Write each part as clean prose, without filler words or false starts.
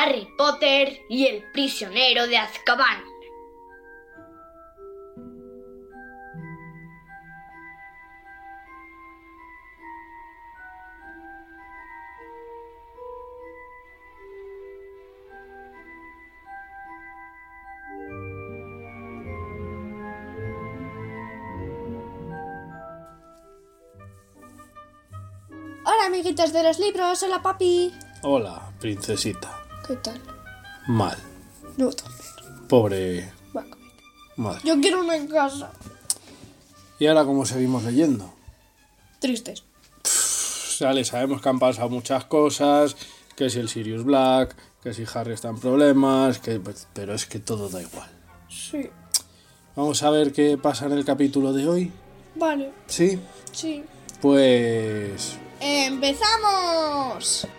Harry Potter y el prisionero de Azkaban. Hola, amiguitos de los libros. Hola, papi. Hola, princesita. ¿Qué tal? Mal. Yo también. Pobre Va. madre. Yo quiero una en casa. ¿Y ahora cómo seguimos leyendo? Tristes. Sale, sabemos que han pasado muchas cosas, que si el Sirius Black, que si Harry está en problemas, pero es que todo da igual. Sí. Vamos a ver qué pasa en el capítulo de hoy. Vale. ¿Sí? Sí. Pues... ¡Empezamos!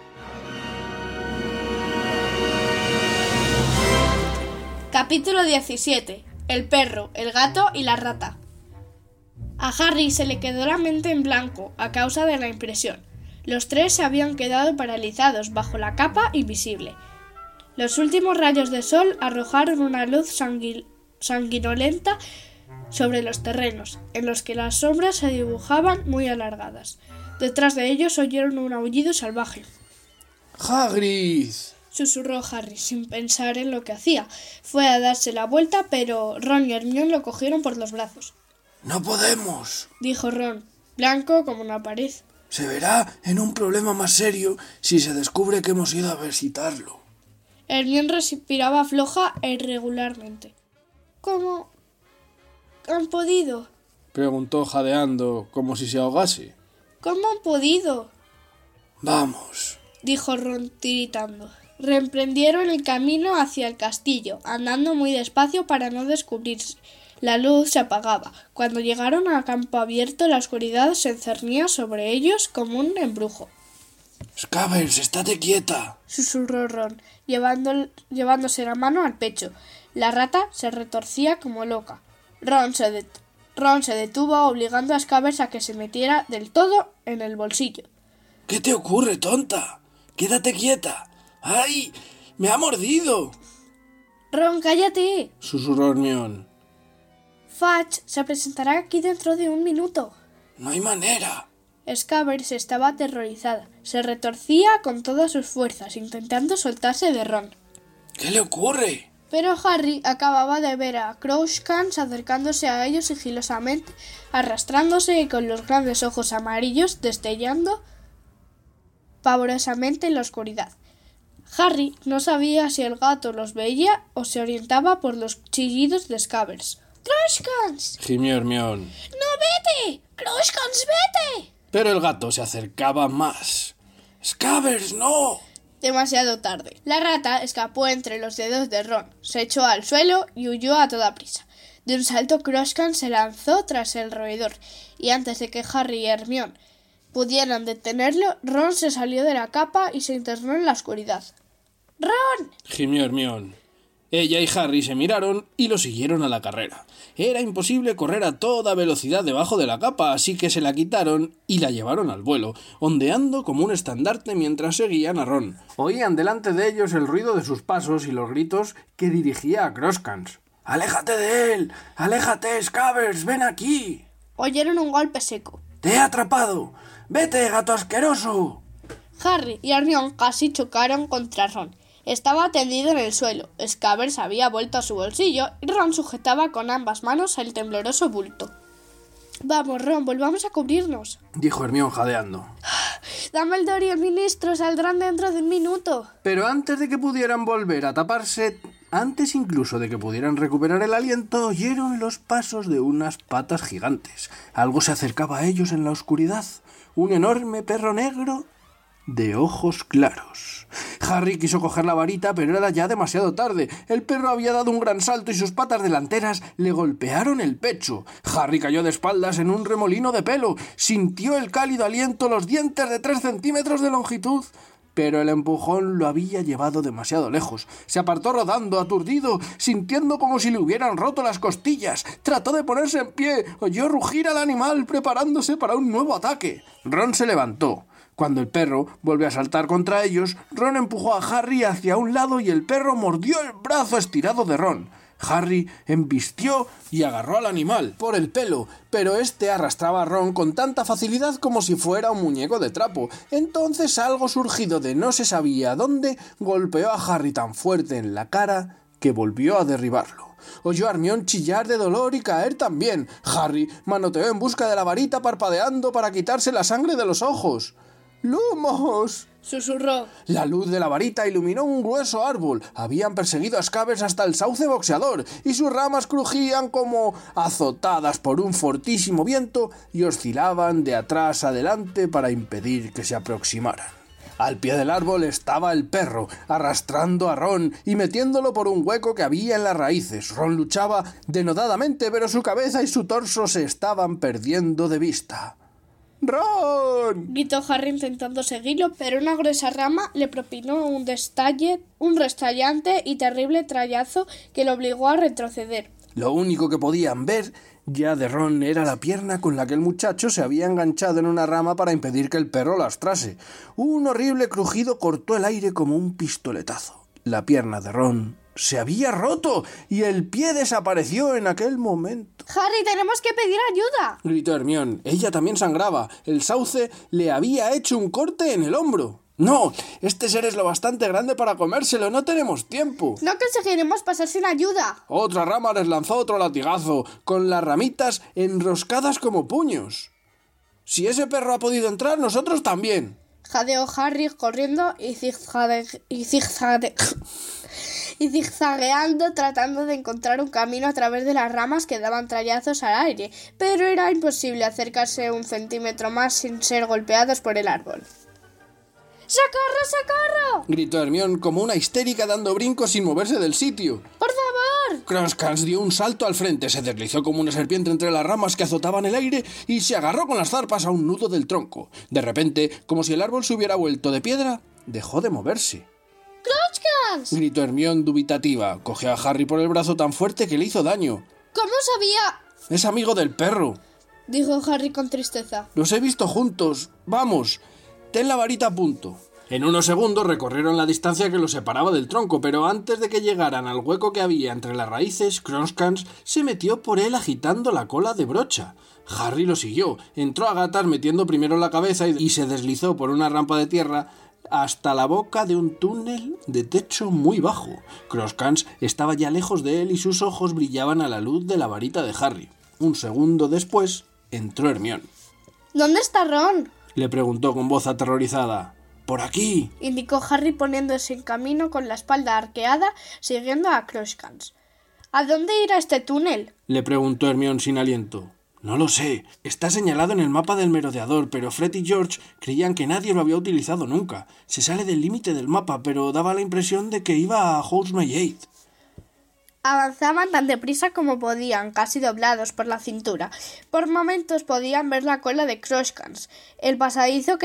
Capítulo 17. El perro, el gato y la rata. A Harry se le quedó la mente en blanco a causa de la impresión. Los tres se habían quedado paralizados bajo la capa invisible. Los últimos rayos de sol arrojaron una luz sanguinolenta sobre los terrenos, en los que las sombras se dibujaban muy alargadas. Detrás de ellos oyeron un aullido salvaje. ¡Hagrid! Susurró Harry, sin pensar en lo que hacía. Fue a darse la vuelta, pero Ron y Hermione lo cogieron por los brazos. ¡No podemos! Dijo Ron, blanco como una pared. Se verá en un problema más serio si se descubre que hemos ido a visitarlo. Hermione respiraba floja e irregularmente. ¿Cómo han podido? Preguntó jadeando, como si se ahogase. ¿Cómo han podido? Vamos, dijo Ron tiritando. Reemprendieron el camino hacia el castillo, andando muy despacio para no descubrirse. La luz se apagaba. Cuando llegaron al campo abierto, la oscuridad se cernía sobre ellos como un embrujo. —Scabbers, estate quieta —susurró Ron, llevándose la mano al pecho. La rata se retorcía como loca. Ron se detuvo, obligando a Scabbers a que se metiera del todo en el bolsillo. —¿Qué te ocurre, tonta? ¡Quédate quieta! ¡Ay! ¡Me ha mordido! —Ron, cállate —susurró Hermione. —Fudge se presentará aquí dentro de un minuto. —No hay manera. Scabbers estaba aterrorizada. Se retorcía con todas sus fuerzas, intentando soltarse de Ron. —¿Qué le ocurre? Pero Harry acababa de ver a Crookshanks acercándose a ellos sigilosamente, arrastrándose y con los grandes ojos amarillos destellando pavorosamente en la oscuridad. Harry no sabía si el gato los veía o se orientaba por los chillidos de Scabbers. —¡Crookshanks! —gimió Hermione. —¡No, vete! ¡Crookshanks, vete! Pero el gato se acercaba más. —¡Scabbers, no! Demasiado tarde. La rata escapó entre los dedos de Ron, se echó al suelo y huyó a toda prisa. De un salto, Crookshanks se lanzó tras el roedor, y antes de que Harry y Hermione pudieran detenerlo, Ron se salió de la capa y se internó en la oscuridad. —¡Ron! —gimió Hermione. Ella y Harry se miraron y lo siguieron a la carrera. Era imposible correr a toda velocidad debajo de la capa, así que se la quitaron y la llevaron al vuelo, ondeando como un estandarte mientras seguían a Ron. Oían delante de ellos el ruido de sus pasos y los gritos que dirigía a Crookshanks. —¡Aléjate de él! ¡Aléjate, Scabbers! ¡Ven aquí! Oyeron un golpe seco. —¡Te he atrapado! ¡Vete, gato asqueroso! Harry y Hermione casi chocaron contra Ron. Estaba tendido en el suelo. Scabbers había vuelto a su bolsillo y Ron sujetaba con ambas manos el tembloroso bulto. —Vamos, Ron, volvamos a cubrirnos —dijo Hermione jadeando. —Dumbledore y el ministro saldrán dentro de un minuto. Pero antes de que pudieran volver a taparse, antes incluso de que pudieran recuperar el aliento, oyeron los pasos de unas patas gigantes. Algo se acercaba a ellos en la oscuridad. Un enorme perro negro de ojos claros. Harry quiso coger la varita, pero era ya demasiado tarde. El perro había dado un gran salto y sus patas delanteras le golpearon el pecho. Harry cayó de espaldas en un remolino de pelo. Sintió el cálido aliento, los dientes de 3 centímetros de longitud. Pero el empujón lo había llevado demasiado lejos. Se apartó rodando, aturdido, sintiendo como si le hubieran roto las costillas. Trató de ponerse en pie, oyó rugir al animal, preparándose para un nuevo ataque. Ron se levantó. Cuando el perro volvió a saltar contra ellos, Ron empujó a Harry hacia un lado y el perro mordió el brazo estirado de Ron. Harry embistió y agarró al animal por el pelo, pero este arrastraba a Ron con tanta facilidad como si fuera un muñeco de trapo. Entonces algo surgido de no se sabía dónde golpeó a Harry tan fuerte en la cara que volvió a derribarlo. Oyó a Hermione chillar de dolor y caer también. Harry manoteó en busca de la varita parpadeando para quitarse la sangre de los ojos. ¡Lumos!, susurró. La luz de la varita iluminó un grueso árbol. Habían perseguido a Scabbers hasta el sauce boxeador y sus ramas crujían como azotadas por un fortísimo viento y oscilaban de atrás adelante para impedir que se aproximaran. Al pie del árbol estaba el perro, arrastrando a Ron y metiéndolo por un hueco que había en las raíces. Ron luchaba denodadamente, pero su cabeza y su torso se estaban perdiendo de vista. ¡Ron!, gritó Harry intentando seguirlo, pero una gruesa rama le propinó un restallante y terrible trayazo que lo obligó a retroceder. Lo único que podían ver ya de Ron era la pierna con la que el muchacho se había enganchado en una rama para impedir que el perro lo arrastrase. Un horrible crujido cortó el aire como un pistoletazo. La pierna de Ron se había roto y el pie desapareció en aquel momento. ¡Harry, tenemos que pedir ayuda!, gritó Hermione. Ella también sangraba. El sauce le había hecho un corte en el hombro. ¡No! Este ser es lo bastante grande para comérselo. No tenemos tiempo. No conseguiremos pasar sin ayuda. Otra rama les lanzó otro latigazo, con las ramitas enroscadas como puños. Si ese perro ha podido entrar, nosotros también. Jadeó Harry corriendo y zigzagueando tratando de encontrar un camino a través de las ramas que daban trayazos al aire, pero era imposible acercarse un centímetro más sin ser golpeados por el árbol. ¡Socorro, socorro!, gritó Hermione como una histérica dando brincos sin moverse del sitio. ¡Por favor! Croscans dio un salto al frente, se deslizó como una serpiente entre las ramas que azotaban el aire y se agarró con las zarpas a un nudo del tronco. De repente, como si el árbol se hubiera vuelto de piedra, dejó de moverse. ¡Croscans!, gritó Hermione dubitativa. Cogió a Harry por el brazo tan fuerte que le hizo daño. ¿Cómo sabía? Es amigo del perro, dijo Harry con tristeza. Los he visto juntos. Vamos, ten la varita a punto. En unos segundos recorrieron la distancia que los separaba del tronco, pero antes de que llegaran al hueco que había entre las raíces, Croscans se metió por él agitando la cola de brocha. Harry lo siguió, entró a gatas metiendo primero la cabeza y se deslizó por una rampa de tierra hasta la boca de un túnel de techo muy bajo. Croscans estaba ya lejos de él y sus ojos brillaban a la luz de la varita de Harry. Un segundo después entró Hermione. ¿Dónde está Ron?, le preguntó con voz aterrorizada. «Por aquí», indicó Harry poniéndose en camino con la espalda arqueada, siguiendo a Croscans. ¿A dónde irá este túnel?, le preguntó Hermione sin aliento. «No lo sé. Está señalado en el mapa del merodeador, pero Fred y George creían que nadie lo había utilizado nunca. Se sale del límite del mapa, pero daba la impresión de que iba a Hogsmeade». Avanzaban tan deprisa como podían, casi doblados por la cintura. Por momentos podían ver la cola de Croscans. El pasadizo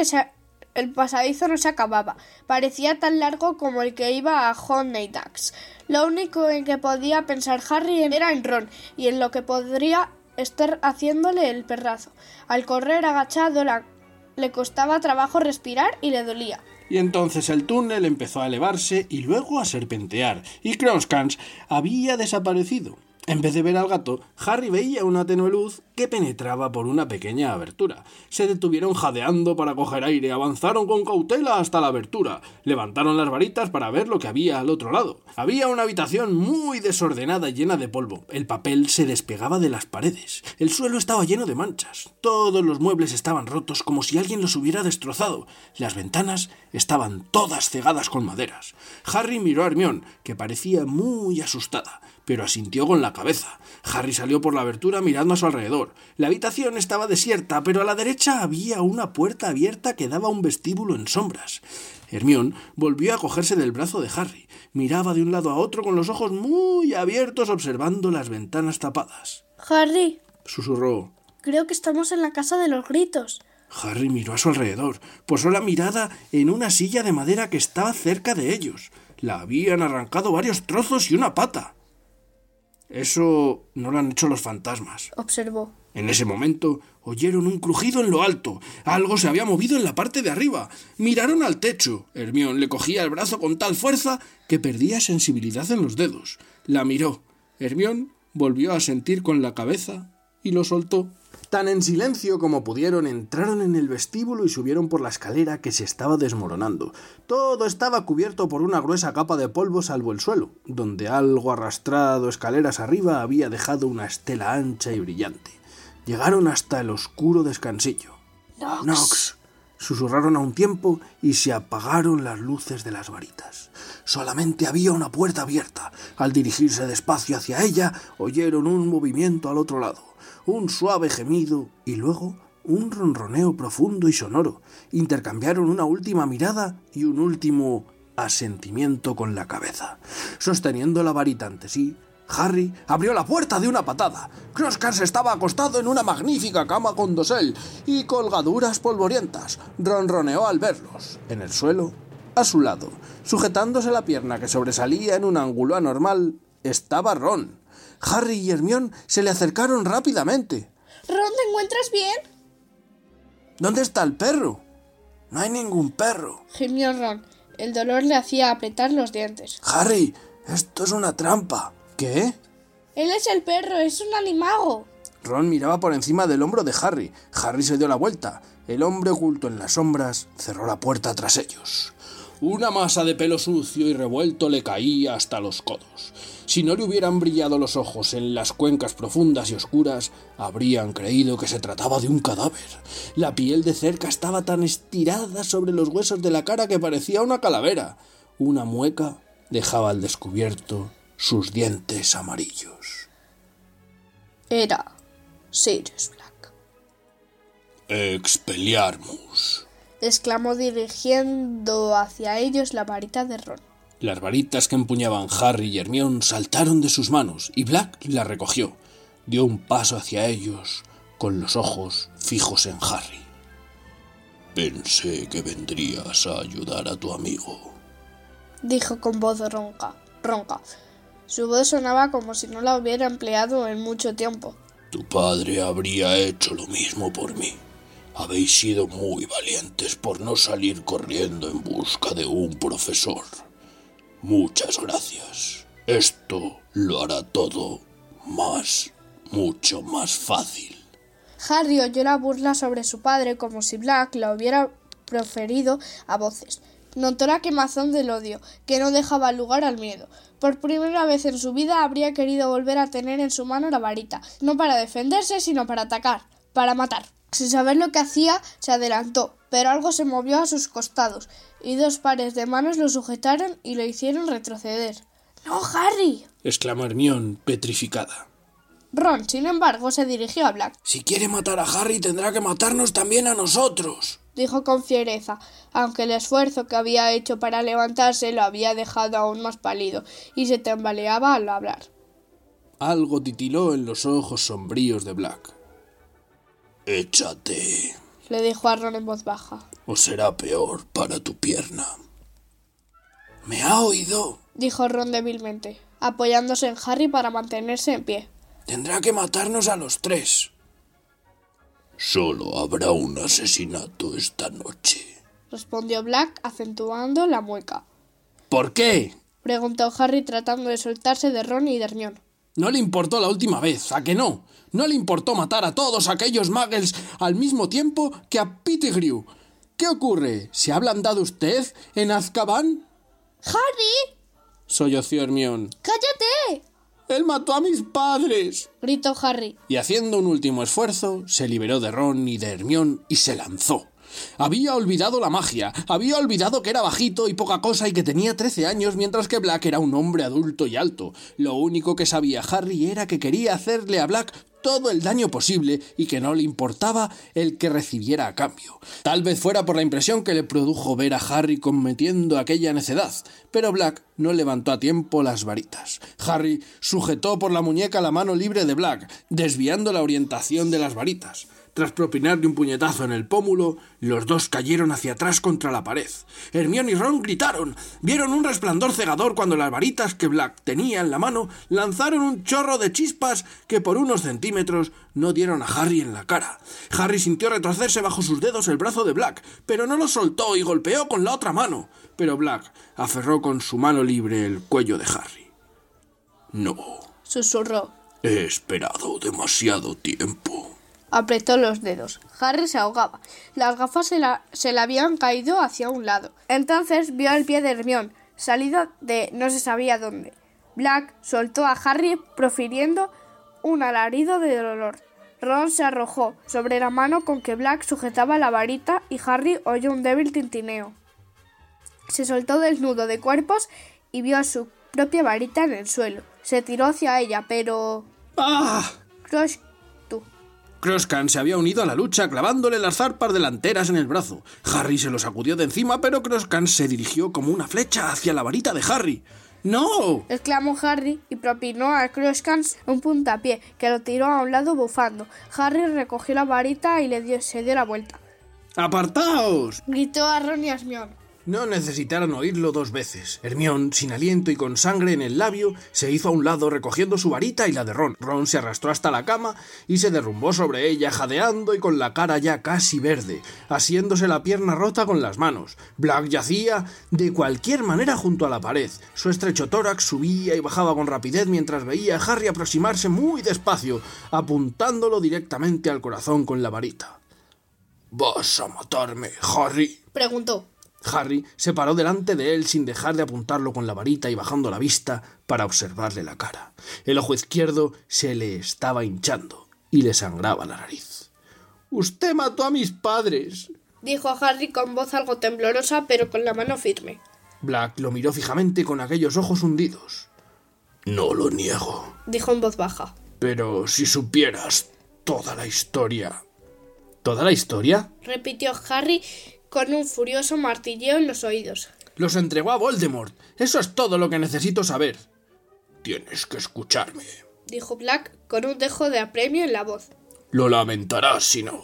no se acababa. Parecía tan largo como el que iba a Hogsmeade. Lo único en que podía pensar Harry era en Ron y en lo que podría estar haciéndole el perrazo. Al correr agachado le costaba trabajo respirar y le dolía. Y entonces el túnel empezó a elevarse y luego a serpentear, y Croscans había desaparecido. En vez de ver al gato, Harry veía una tenue luz que penetraba por una pequeña abertura. Se detuvieron jadeando para coger aire, avanzaron con cautela hasta la abertura, levantaron las varitas para ver lo que había al otro lado. Había una habitación muy desordenada y llena de polvo. El papel se despegaba de las paredes. El suelo estaba lleno de manchas. Todos los muebles estaban rotos como si alguien los hubiera destrozado. Las ventanas estaban todas cegadas con maderas. Harry miró a Hermione, que parecía muy asustada, pero asintió con la cabeza. Harry salió por la abertura mirando a su alrededor. La habitación estaba desierta, pero a la derecha había una puerta abierta que daba a un vestíbulo en sombras. Hermione volvió a cogerse del brazo de Harry. Miraba de un lado a otro con los ojos muy abiertos observando las ventanas tapadas. «Harry», susurró. «creo que estamos en la casa de los gritos». Harry miró a su alrededor. Posó la mirada en una silla de madera que estaba cerca de ellos. La habían arrancado varios trozos y una pata. Eso no lo han hecho los fantasmas, observó. En ese momento oyeron un crujido en lo alto. Algo se había movido en la parte de arriba. Miraron al techo. Hermión le cogía el brazo con tal fuerza que perdía sensibilidad en los dedos. La miró. Hermión volvió a sentir con la cabeza y lo soltó. Tan en silencio como pudieron, entraron en el vestíbulo y subieron por la escalera que se estaba desmoronando. Todo estaba cubierto por una gruesa capa de polvo salvo el suelo, donde algo arrastrado escaleras arriba había dejado una estela ancha y brillante. Llegaron hasta el oscuro descansillo. Nox, susurraron a un tiempo y se apagaron las luces de las varitas. Solamente había una puerta abierta. Al dirigirse despacio hacia ella, oyeron un movimiento al otro lado, un suave gemido y luego un ronroneo profundo y sonoro. Intercambiaron una última mirada y un último asentimiento con la cabeza. Sosteniendo la varita ante sí, Harry abrió la puerta de una patada. Croscars estaba acostado en una magnífica cama con dosel y colgaduras polvorientas. Ronroneó al verlos. En el suelo, a su lado, sujetándose la pierna que sobresalía en un ángulo anormal, estaba Ron. Harry y Hermione se le acercaron rápidamente. Ron, ¿te encuentras bien? ¿Dónde está el perro? No hay ningún perro. Gimió Ron. El dolor le hacía apretar los dientes. Harry, esto es una trampa. ¿Qué? Él es el perro, es un animago. Ron miraba por encima del hombro de Harry. Harry se dio la vuelta. El hombre oculto en las sombras cerró la puerta tras ellos. Una masa de pelo sucio y revuelto le caía hasta los codos. Si no le hubieran brillado los ojos en las cuencas profundas y oscuras, habrían creído que se trataba de un cadáver. La piel de cerca estaba tan estirada sobre los huesos de la cara que parecía una calavera. Una mueca dejaba al descubierto sus dientes amarillos. Era Sirius Black. Expelliarmus, exclamó dirigiendo hacia ellos la varita de Ron. Las varitas que empuñaban Harry y Hermione saltaron de sus manos y Black la recogió. Dio un paso hacia ellos con los ojos fijos en Harry. Pensé que vendrías a ayudar a tu amigo, dijo con voz ronca. Su voz sonaba como si no la hubiera empleado en mucho tiempo. Tu padre habría hecho lo mismo por mí. Habéis sido muy valientes por no salir corriendo en busca de un profesor. Muchas gracias. Esto lo hará todo mucho más fácil. Harry oyó la burla sobre su padre como si Black la hubiera proferido a voces. Notó la quemazón del odio, que no dejaba lugar al miedo. Por primera vez en su vida habría querido volver a tener en su mano la varita, no para defenderse, sino para atacar, para matar. Sin saber lo que hacía, se adelantó, pero algo se movió a sus costados, y dos pares de manos lo sujetaron y lo hicieron retroceder. ¡No, Harry!, exclamó Hermione, petrificada. Ron, sin embargo, se dirigió a Black. Si quiere matar a Harry, tendrá que matarnos también a nosotros, dijo con fiereza, aunque el esfuerzo que había hecho para levantarse lo había dejado aún más pálido, y se tambaleaba al hablar. Algo titiló en los ojos sombríos de Black. Échate, le dijo a Ron en voz baja, o será peor para tu pierna. ¿Me ha oído?, dijo Ron débilmente, apoyándose en Harry para mantenerse en pie. Tendrá que matarnos a los tres. Solo habrá un asesinato esta noche, respondió Black, acentuando la mueca. ¿Por qué?, preguntó Harry tratando de soltarse de Ron y de Hermione. No le importó la última vez, ¿a que no? No le importó matar a todos aquellos muggles al mismo tiempo que a Pettigrew. ¿Qué ocurre? ¿Se ha ablandado usted en Azkaban? ¡Harry!, solloció Hermione. ¡Cállate!, ¡Él mató a mis padres!, gritó Harry. Y haciendo un último esfuerzo, se liberó de Ron y de Hermione y se lanzó. Había olvidado la magia, había olvidado que era bajito y poca cosa y que tenía 13 años, mientras que Black era un hombre adulto y alto. Lo único que sabía Harry era que quería hacerle a Black todo el daño posible y que no le importaba el que recibiera a cambio. Tal vez fuera por la impresión que le produjo ver a Harry cometiendo aquella necedad, pero Black no levantó a tiempo las varitas. Harry sujetó por la muñeca la mano libre de Black, desviando la orientación de las varitas. Tras propinarle un puñetazo en el pómulo, los dos cayeron hacia atrás contra la pared. Hermione y Ron gritaron. Vieron un resplandor cegador cuando las varitas que Black tenía en la mano lanzaron un chorro de chispas que por unos centímetros no dieron a Harry en la cara. Harry sintió retorcerse bajo sus dedos el brazo de Black, pero no lo soltó y golpeó con la otra mano. Pero Black aferró con su mano libre el cuello de Harry. «No», susurró. «He esperado demasiado tiempo». Apretó los dedos. Harry se ahogaba. Las gafas se le habían caído hacia un lado. Entonces vio el pie de Hermione, salido de no se sabía dónde. Black soltó a Harry profiriendo un alarido de dolor. Ron se arrojó sobre la mano con que Black sujetaba la varita y Harry oyó un débil tintineo. Se soltó del nudo de cuerpos y vio su propia varita en el suelo. Se tiró hacia ella, pero... ¡Ah! Croscan se había unido a la lucha clavándole las zarpas delanteras en el brazo. Harry se lo sacudió de encima, pero Croscan se dirigió como una flecha hacia la varita de Harry. ¡No!, exclamó Harry y propinó a Croscans un puntapié que lo tiró a un lado bufando. Harry recogió la varita y se dio la vuelta. ¡Apartaos!, gritó a Ron y a Hermione. No necesitaron oírlo dos veces. Hermione, sin aliento y con sangre en el labio, se hizo a un lado recogiendo su varita y la de Ron. Ron se arrastró hasta la cama y se derrumbó sobre ella, jadeando y con la cara ya casi verde, asiéndose la pierna rota con las manos. Black yacía de cualquier manera junto a la pared. Su estrecho tórax subía y bajaba con rapidez mientras veía a Harry aproximarse muy despacio, apuntándolo directamente al corazón con la varita. «¿Vas a matarme, Harry?», preguntó. Harry se paró delante de él sin dejar de apuntarlo con la varita y bajando la vista para observarle la cara. El ojo izquierdo se le estaba hinchando y le sangraba la nariz. «Usted mató a mis padres», dijo a Harry con voz algo temblorosa pero con la mano firme. Black lo miró fijamente con aquellos ojos hundidos. «No lo niego», dijo en voz baja. «Pero si supieras toda la historia». «¿Toda la historia?», repitió Harry con un furioso martilleo en los oídos. «Los entregó a Voldemort. Eso es todo lo que necesito saber». «Tienes que escucharme», dijo Black con un dejo de apremio en la voz. «Lo lamentarás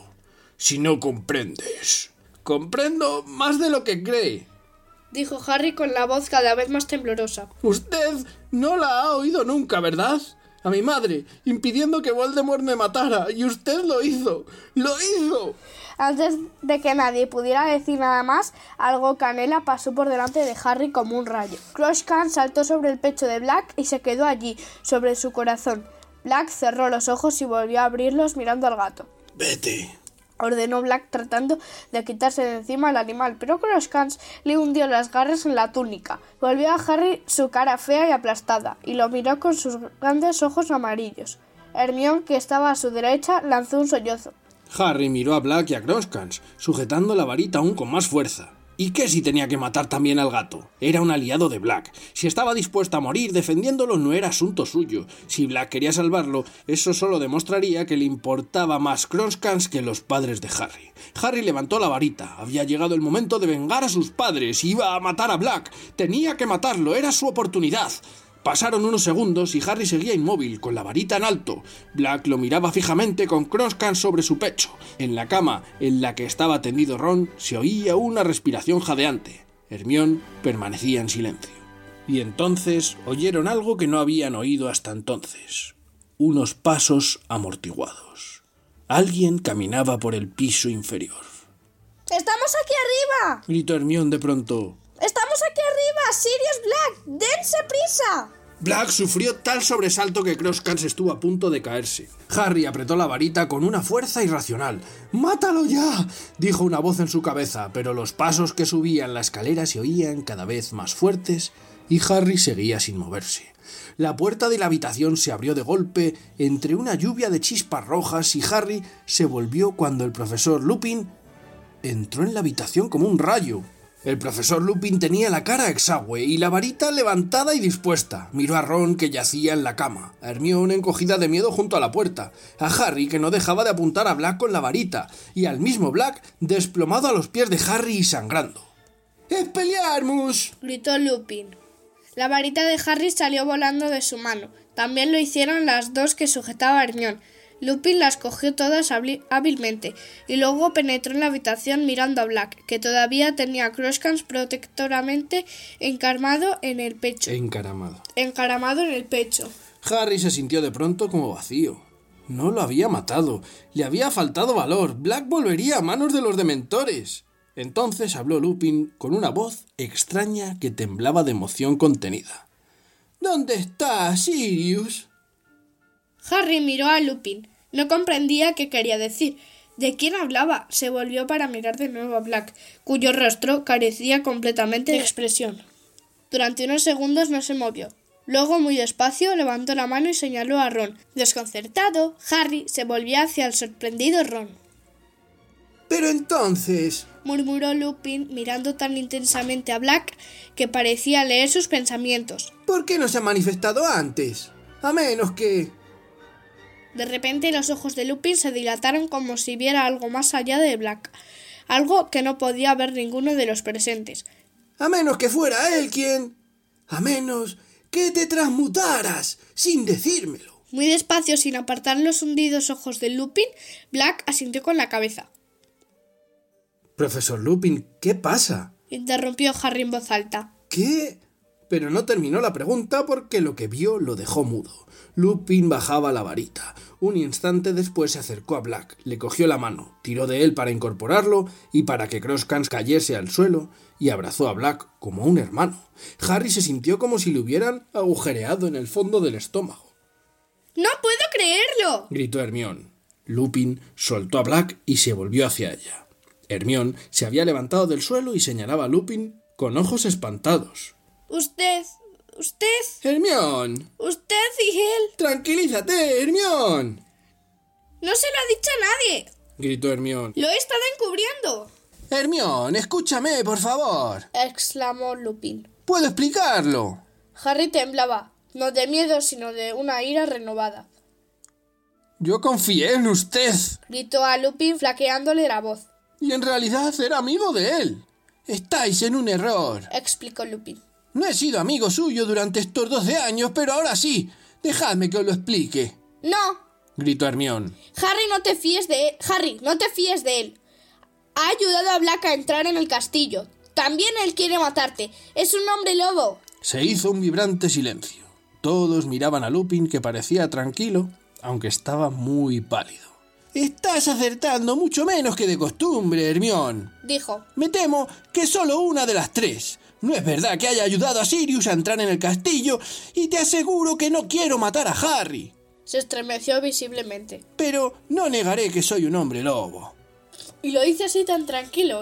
si no comprendes». «Comprendo más de lo que cree», dijo Harry con la voz cada vez más temblorosa. «Usted no la ha oído nunca, ¿verdad? A mi madre, impidiendo que Voldemort me matara, y usted lo hizo. ¡Lo hizo!». Antes de que nadie pudiera decir nada más, algo canela pasó por delante de Harry como un rayo. Croscan saltó sobre el pecho de Black y se quedó allí, sobre su corazón. Black cerró los ojos y volvió a abrirlos mirando al gato. «Vete», ordenó Black tratando de quitarse de encima al animal, pero Croscans le hundió las garras en la túnica. Volvió a Harry su cara fea y aplastada, y lo miró con sus grandes ojos amarillos. Hermione, que estaba a su derecha, lanzó un sollozo. Harry miró a Black y a Croscans, sujetando la varita aún con más fuerza. ¿Y qué si tenía que matar también al gato? Era un aliado de Black. Si estaba dispuesto a morir defendiéndolo no era asunto suyo. Si Black quería salvarlo, eso solo demostraría que le importaba más Croscans que los padres de Harry. Harry levantó la varita. Había llegado el momento de vengar a sus padres. Iba a matar a Black. Tenía que matarlo. Era su oportunidad. Pasaron unos segundos y Harry seguía inmóvil, con la varita en alto. Black lo miraba fijamente con Croscan sobre su pecho. En la cama en la que estaba tendido Ron se oía una respiración jadeante. Hermione permanecía en silencio. Y entonces oyeron algo que no habían oído hasta entonces. Unos pasos amortiguados. Alguien caminaba por el piso inferior. ¡Estamos aquí arriba!, gritó Hermione de pronto. ¡Estamos aquí arriba! ¡Sirius Black! ¡Dense prisa! Black sufrió tal sobresalto que Croscans estuvo a punto de caerse. Harry apretó la varita con una fuerza irracional. «¡Mátalo ya!», dijo una voz en su cabeza, pero los pasos que subían la escalera se oían cada vez más fuertes y Harry seguía sin moverse. La puerta de la habitación se abrió de golpe entre una lluvia de chispas rojas y Harry se volvió cuando el profesor Lupin entró en la habitación como un rayo. El profesor Lupin tenía la cara exangüe y la varita levantada y dispuesta. Miró a Ron, que yacía en la cama, a Hermione encogida de miedo junto a la puerta, a Harry, que no dejaba de apuntar a Black con la varita, y al mismo Black desplomado a los pies de Harry y sangrando. «¡Expelliarmus!», gritó Lupin. La varita de Harry salió volando de su mano. También lo hicieron las dos que sujetaba a Hermione. Lupin las cogió todas hábilmente y luego penetró en la habitación mirando a Black, que todavía tenía a Croscans protectoramente encaramado en el pecho. Encaramado en el pecho. Harry se sintió de pronto como vacío. No lo había matado. Le había faltado valor. Black volvería a manos de los dementores. Entonces habló Lupin con una voz extraña que temblaba de emoción contenida. ¿Dónde está Sirius? Harry miró a Lupin. No comprendía qué quería decir. ¿De quién hablaba? Se volvió para mirar de nuevo a Black, cuyo rostro carecía completamente de expresión. Durante unos segundos no se movió. Luego, muy despacio, levantó la mano y señaló a Ron. Desconcertado, Harry se volvió hacia el sorprendido Ron. «Pero entonces», murmuró Lupin, mirando tan intensamente a Black que parecía leer sus pensamientos. «¿por qué no se ha manifestado antes? A menos que...» De repente los ojos de Lupin se dilataron como si viera algo más allá de Black, algo que no podía ver ninguno de los presentes. «A menos que fuera él quien... a menos que te transmutaras sin decírmelo». Muy despacio, sin apartar los hundidos ojos de Lupin, Black asintió con la cabeza. «Profesor Lupin, ¿qué pasa?», interrumpió Harry en voz alta. «¿Qué?». Pero no terminó la pregunta porque lo que vio lo dejó mudo. Lupin bajaba la varita. Un instante después se acercó a Black, le cogió la mano, tiró de él para incorporarlo y para que Croscans cayese al suelo, y abrazó a Black como a un hermano. Harry se sintió como si le hubieran agujereado en el fondo del estómago. «¡No puedo creerlo!», gritó Hermione. Lupin soltó a Black y se volvió hacia ella. Hermione se había levantado del suelo y señalaba a Lupin con ojos espantados. Usted... Hermione. Usted y él... Tranquilízate, Hermione. No se lo ha dicho a nadie, gritó Hermione. Lo he estado encubriendo. Hermione, escúchame, por favor, exclamó Lupin. Puedo explicarlo. Harry temblaba, no de miedo, sino de una ira renovada. Yo confié en usted, gritó a Lupin flaqueándole la voz. Y en realidad era amigo de él. Estáis en un error, explicó Lupin. No he sido amigo suyo durante estos 12 años, pero ahora sí. Dejadme que os lo explique. No, gritó Hermione. Harry, no te fíes de él. Ha ayudado a Black a entrar en el castillo. También él quiere matarte. Es un hombre lobo. Se hizo un vibrante silencio. Todos miraban a Lupin, que parecía tranquilo, aunque estaba muy pálido. Estás acertando mucho menos que de costumbre, Hermione, dijo. Me temo que solo una de las tres. No es verdad que haya ayudado a Sirius a entrar en el castillo, y te aseguro que no quiero matar a Harry. Se estremeció visiblemente. Pero no negaré que soy un hombre lobo. Y lo hice así tan tranquilo,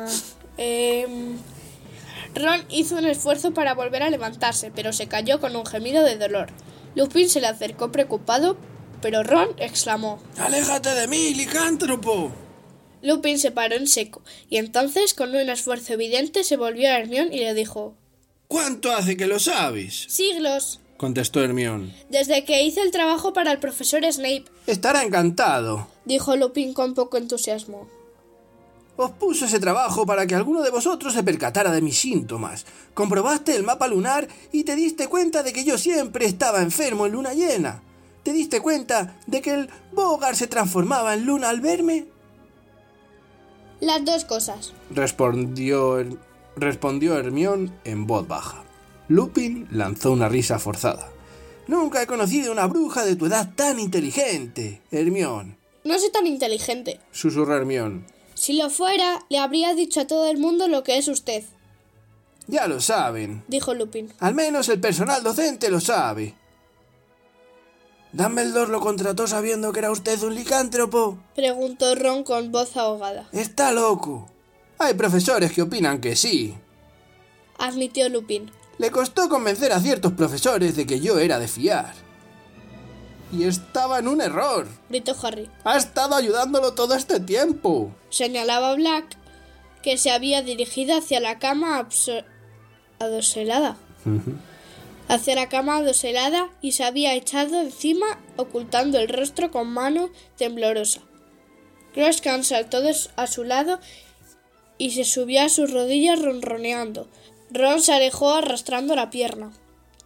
Ron hizo un esfuerzo para volver a levantarse, pero se cayó con un gemido de dolor. Lupin se le acercó preocupado, pero Ron exclamó: ¡Aléjate de mí, licántropo! Lupin se paró en seco, y entonces, con un esfuerzo evidente, se volvió a Hermione y le dijo: ¿Cuánto hace que lo sabes? Siglos, contestó Hermione. Desde que hice el trabajo para el profesor Snape. Estará encantado, dijo Lupin con poco entusiasmo. Os puso ese trabajo para que alguno de vosotros se percatara de mis síntomas. Comprobaste el mapa lunar y te diste cuenta de que yo siempre estaba enfermo en luna llena. ¿Te diste cuenta de que el Bogar se transformaba en luna al verme? Las dos cosas, respondió Hermione en voz baja. Lupin lanzó una risa forzada. Nunca he conocido una bruja de tu edad tan inteligente, Hermione. No soy tan inteligente, susurró Hermione. Si lo fuera, le habría dicho a todo el mundo lo que es usted. Ya lo saben, dijo Lupin. Al menos el personal docente lo sabe. ¿Dumbledore lo contrató sabiendo que era usted un licántropo?, preguntó Ron con voz ahogada. Está loco. Hay profesores que opinan que sí, admitió Lupin. Le costó convencer a ciertos profesores de que yo era de fiar. Y estaba en un error, gritó Harry. Ha estado ayudándolo todo este tiempo. Señalaba Black, que se había dirigido hacia la cama adoselada. Hacia la cama adoselada y se había echado encima, ocultando el rostro con mano temblorosa. Croscans saltó a su lado y se subió a sus rodillas ronroneando. Ron se alejó arrastrando la pierna.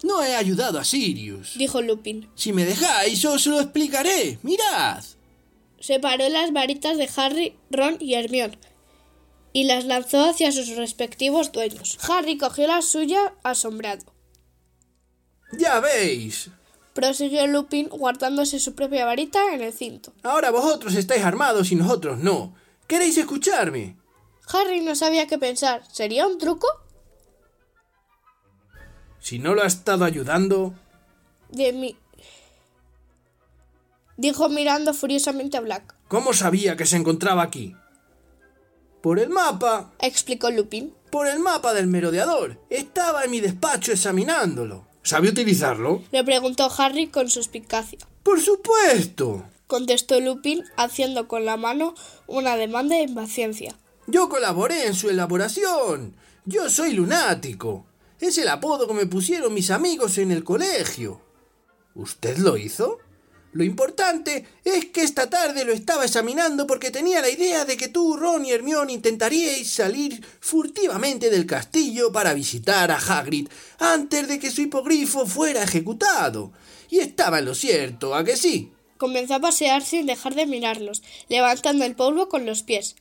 No he ayudado a Sirius, dijo Lupin. Si me dejáis, os lo explicaré. ¡Mirad! Separó las varitas de Harry, Ron y Hermione y las lanzó hacia sus respectivos dueños. Harry cogió la suya asombrado. ¡Ya veis! Prosiguió Lupin guardándose su propia varita en el cinto. Ahora vosotros estáis armados y nosotros no. ¿Queréis escucharme? Harry no sabía qué pensar. ¿Sería un truco? Si no lo ha estado ayudando... dijo mirando furiosamente a Black. ¿Cómo sabía que se encontraba aquí? Por el mapa, explicó Lupin. Por el mapa del merodeador. Estaba en mi despacho examinándolo. ¿Sabe utilizarlo? Le preguntó Harry con suspicacia. ¡Por supuesto!, contestó Lupin haciendo con la mano un ademán de impaciencia. Yo colaboré en su elaboración. Yo soy lunático. Es el apodo que me pusieron mis amigos en el colegio. ¿Usted lo hizo? Lo importante es que esta tarde lo estaba examinando porque tenía la idea de que tú, Ron y Hermione intentaríais salir furtivamente del castillo para visitar a Hagrid antes de que su hipogrifo fuera ejecutado. Y estaba en lo cierto, ¿a que sí? Comenzó a pasear sin dejar de mirarlos, levantando el polvo con los pies.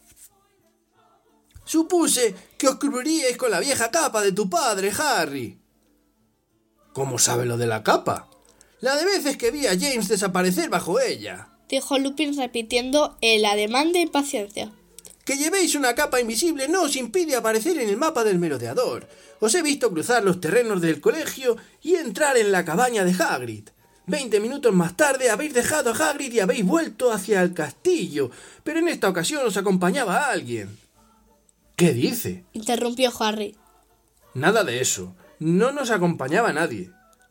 Supuse que os cubriríais con la vieja capa de tu padre, Harry. ¿Cómo sabe lo de la capa? La de veces que vi a James desaparecer bajo ella, dijo Lupin repitiendo el ademán de impaciencia. Que llevéis una capa invisible no os impide aparecer en el mapa del merodeador. Os he visto cruzar los terrenos del colegio y entrar en la cabaña de Hagrid. 20 minutos más tarde habéis dejado a Hagrid y habéis vuelto hacia el castillo, pero en esta ocasión os acompañaba alguien. ¿Qué dice?, interrumpió Harry. Nada de eso. No nos acompañaba nadie.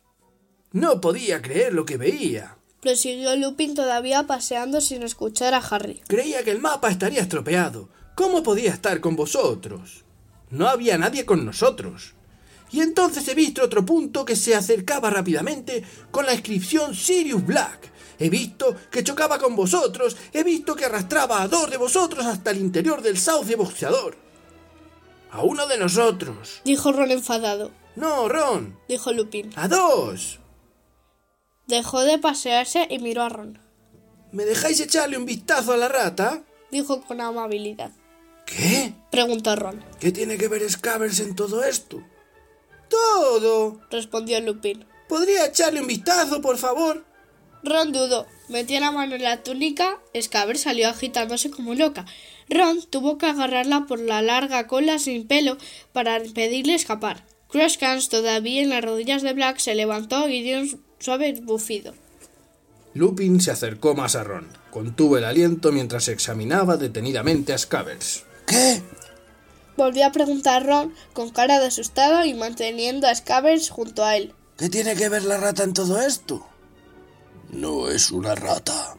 No podía creer lo que veía. Prosiguió Lupin todavía paseando sin escuchar a Harry. Creía que el mapa estaría estropeado. ¿Cómo podía estar con vosotros? No había nadie con nosotros. Y entonces he visto otro punto que se acercaba rápidamente con la inscripción Sirius Black. He visto que chocaba con vosotros. He visto que arrastraba a 2 de vosotros hasta el interior del sauce boxeador. A uno de nosotros, dijo Ron enfadado. No, Ron, dijo Lupin. A 2. Dejó de pasearse y miró a Ron. ¿Me dejáis echarle un vistazo a la rata?, dijo con amabilidad. ¿Qué?, preguntó Ron. ¿Qué tiene que ver Scabbers en todo esto? ¡Todo!, respondió Lupin. ¿Podría echarle un vistazo, por favor? Ron dudó. Metió la mano en la túnica. Scabbers salió agitándose como loca. Ron tuvo que agarrarla por la larga cola sin pelo para impedirle escapar. Crookshanks, todavía en las rodillas de Black, se levantó y dio un suave bufido. Lupin se acercó más a Ron. Contuvo el aliento mientras examinaba detenidamente a Scabbers. ¿Qué?, volvió a preguntar Ron con cara de asustado y manteniendo a Scabbers junto a él. ¿Qué tiene que ver la rata en todo esto? No es una rata,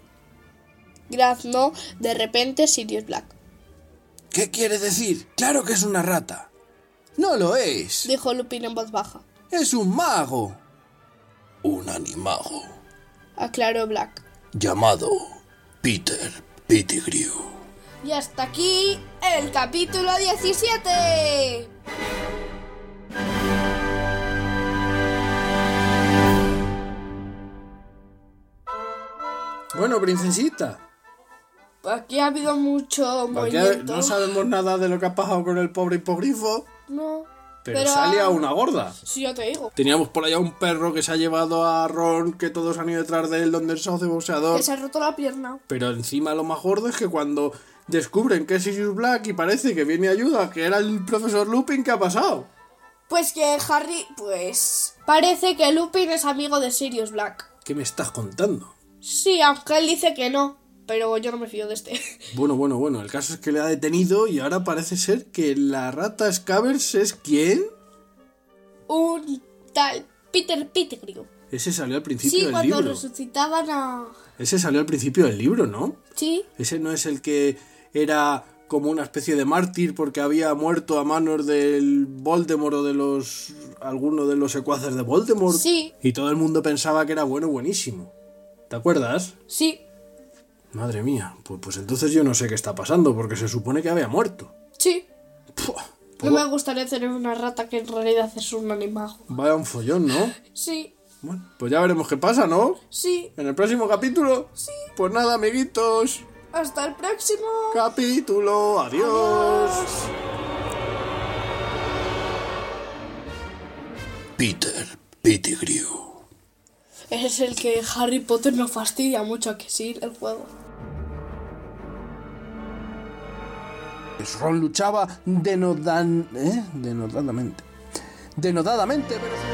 graznó de repente Sirius Black. ¿Qué quiere decir? ¡Claro que es una rata! ¡No lo es!, dijo Lupin en voz baja. ¡Es un mago! Un animago, aclaró Black. Llamado Peter Pettigrew. Y hasta aquí el capítulo 17. Bueno, princesita. Aquí ha habido mucho movimiento. No sabemos nada de lo que ha pasado con el pobre hipogrifo. No. Pero salía una gorda. Sí, ya te digo. Teníamos por allá un perro que se ha llevado a Ron, que todos han ido detrás de él, donde el sauce boxeador. Que se ha roto la pierna. Pero encima lo más gordo es que cuando descubren que es Sirius Black y parece que viene ayuda, que era el profesor Lupin, ¿qué ha pasado? Pues que Harry, parece que Lupin es amigo de Sirius Black. ¿Qué me estás contando? Sí, aunque él dice que no. Pero yo no me fío de este. Bueno. El caso es que le ha detenido y ahora parece ser que la rata Scabbers es ¿quién? Un tal Peter Pettigrew. Ese salió al principio del libro. Sí, cuando resucitaban a... Ese salió al principio del libro, ¿no? Sí. Ese no es el que era como una especie de mártir porque había muerto a manos del Voldemort o de alguno de los secuaces de Voldemort. Sí. Y todo el mundo pensaba que era buenísimo. ¿Te acuerdas? Sí. Madre mía, pues entonces yo no sé qué está pasando, porque se supone que había muerto. Sí. No me gustaría tener una rata que en realidad es un animajo. Vaya un follón, ¿no? Sí, Bueno, pues ya veremos qué pasa, ¿no? sí, En el próximo capítulo. sí. Pues nada, amiguitos. Hasta el próximo. Capítulo. Adiós. Peter Pettigrew. Es el que Harry Potter nos fastidia mucho, que sí, el juego. Ron luchaba denodadamente, pero